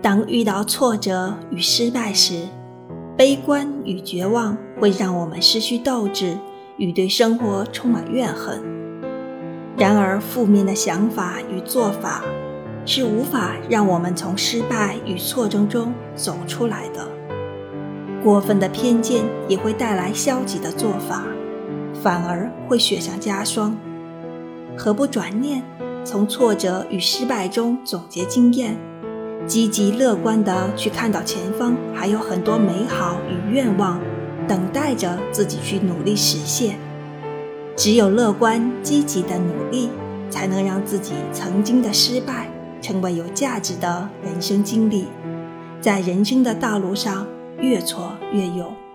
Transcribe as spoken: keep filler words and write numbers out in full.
当遇到挫折与失败时，悲观与绝望会让我们失去斗志，与对生活充满怨恨。然而，负面的想法与做法是无法让我们从失败与挫折中走出来的。过分的偏见也会带来消极的做法，反而会雪上加霜。何不转念，从挫折与失败中总结经验，积极乐观地去看到前方还有很多美好与愿望等待着自己去努力实现。只有乐观积极的努力，才能让自己曾经的失败成为有价值的人生经历，在人生的道路上越挫越勇。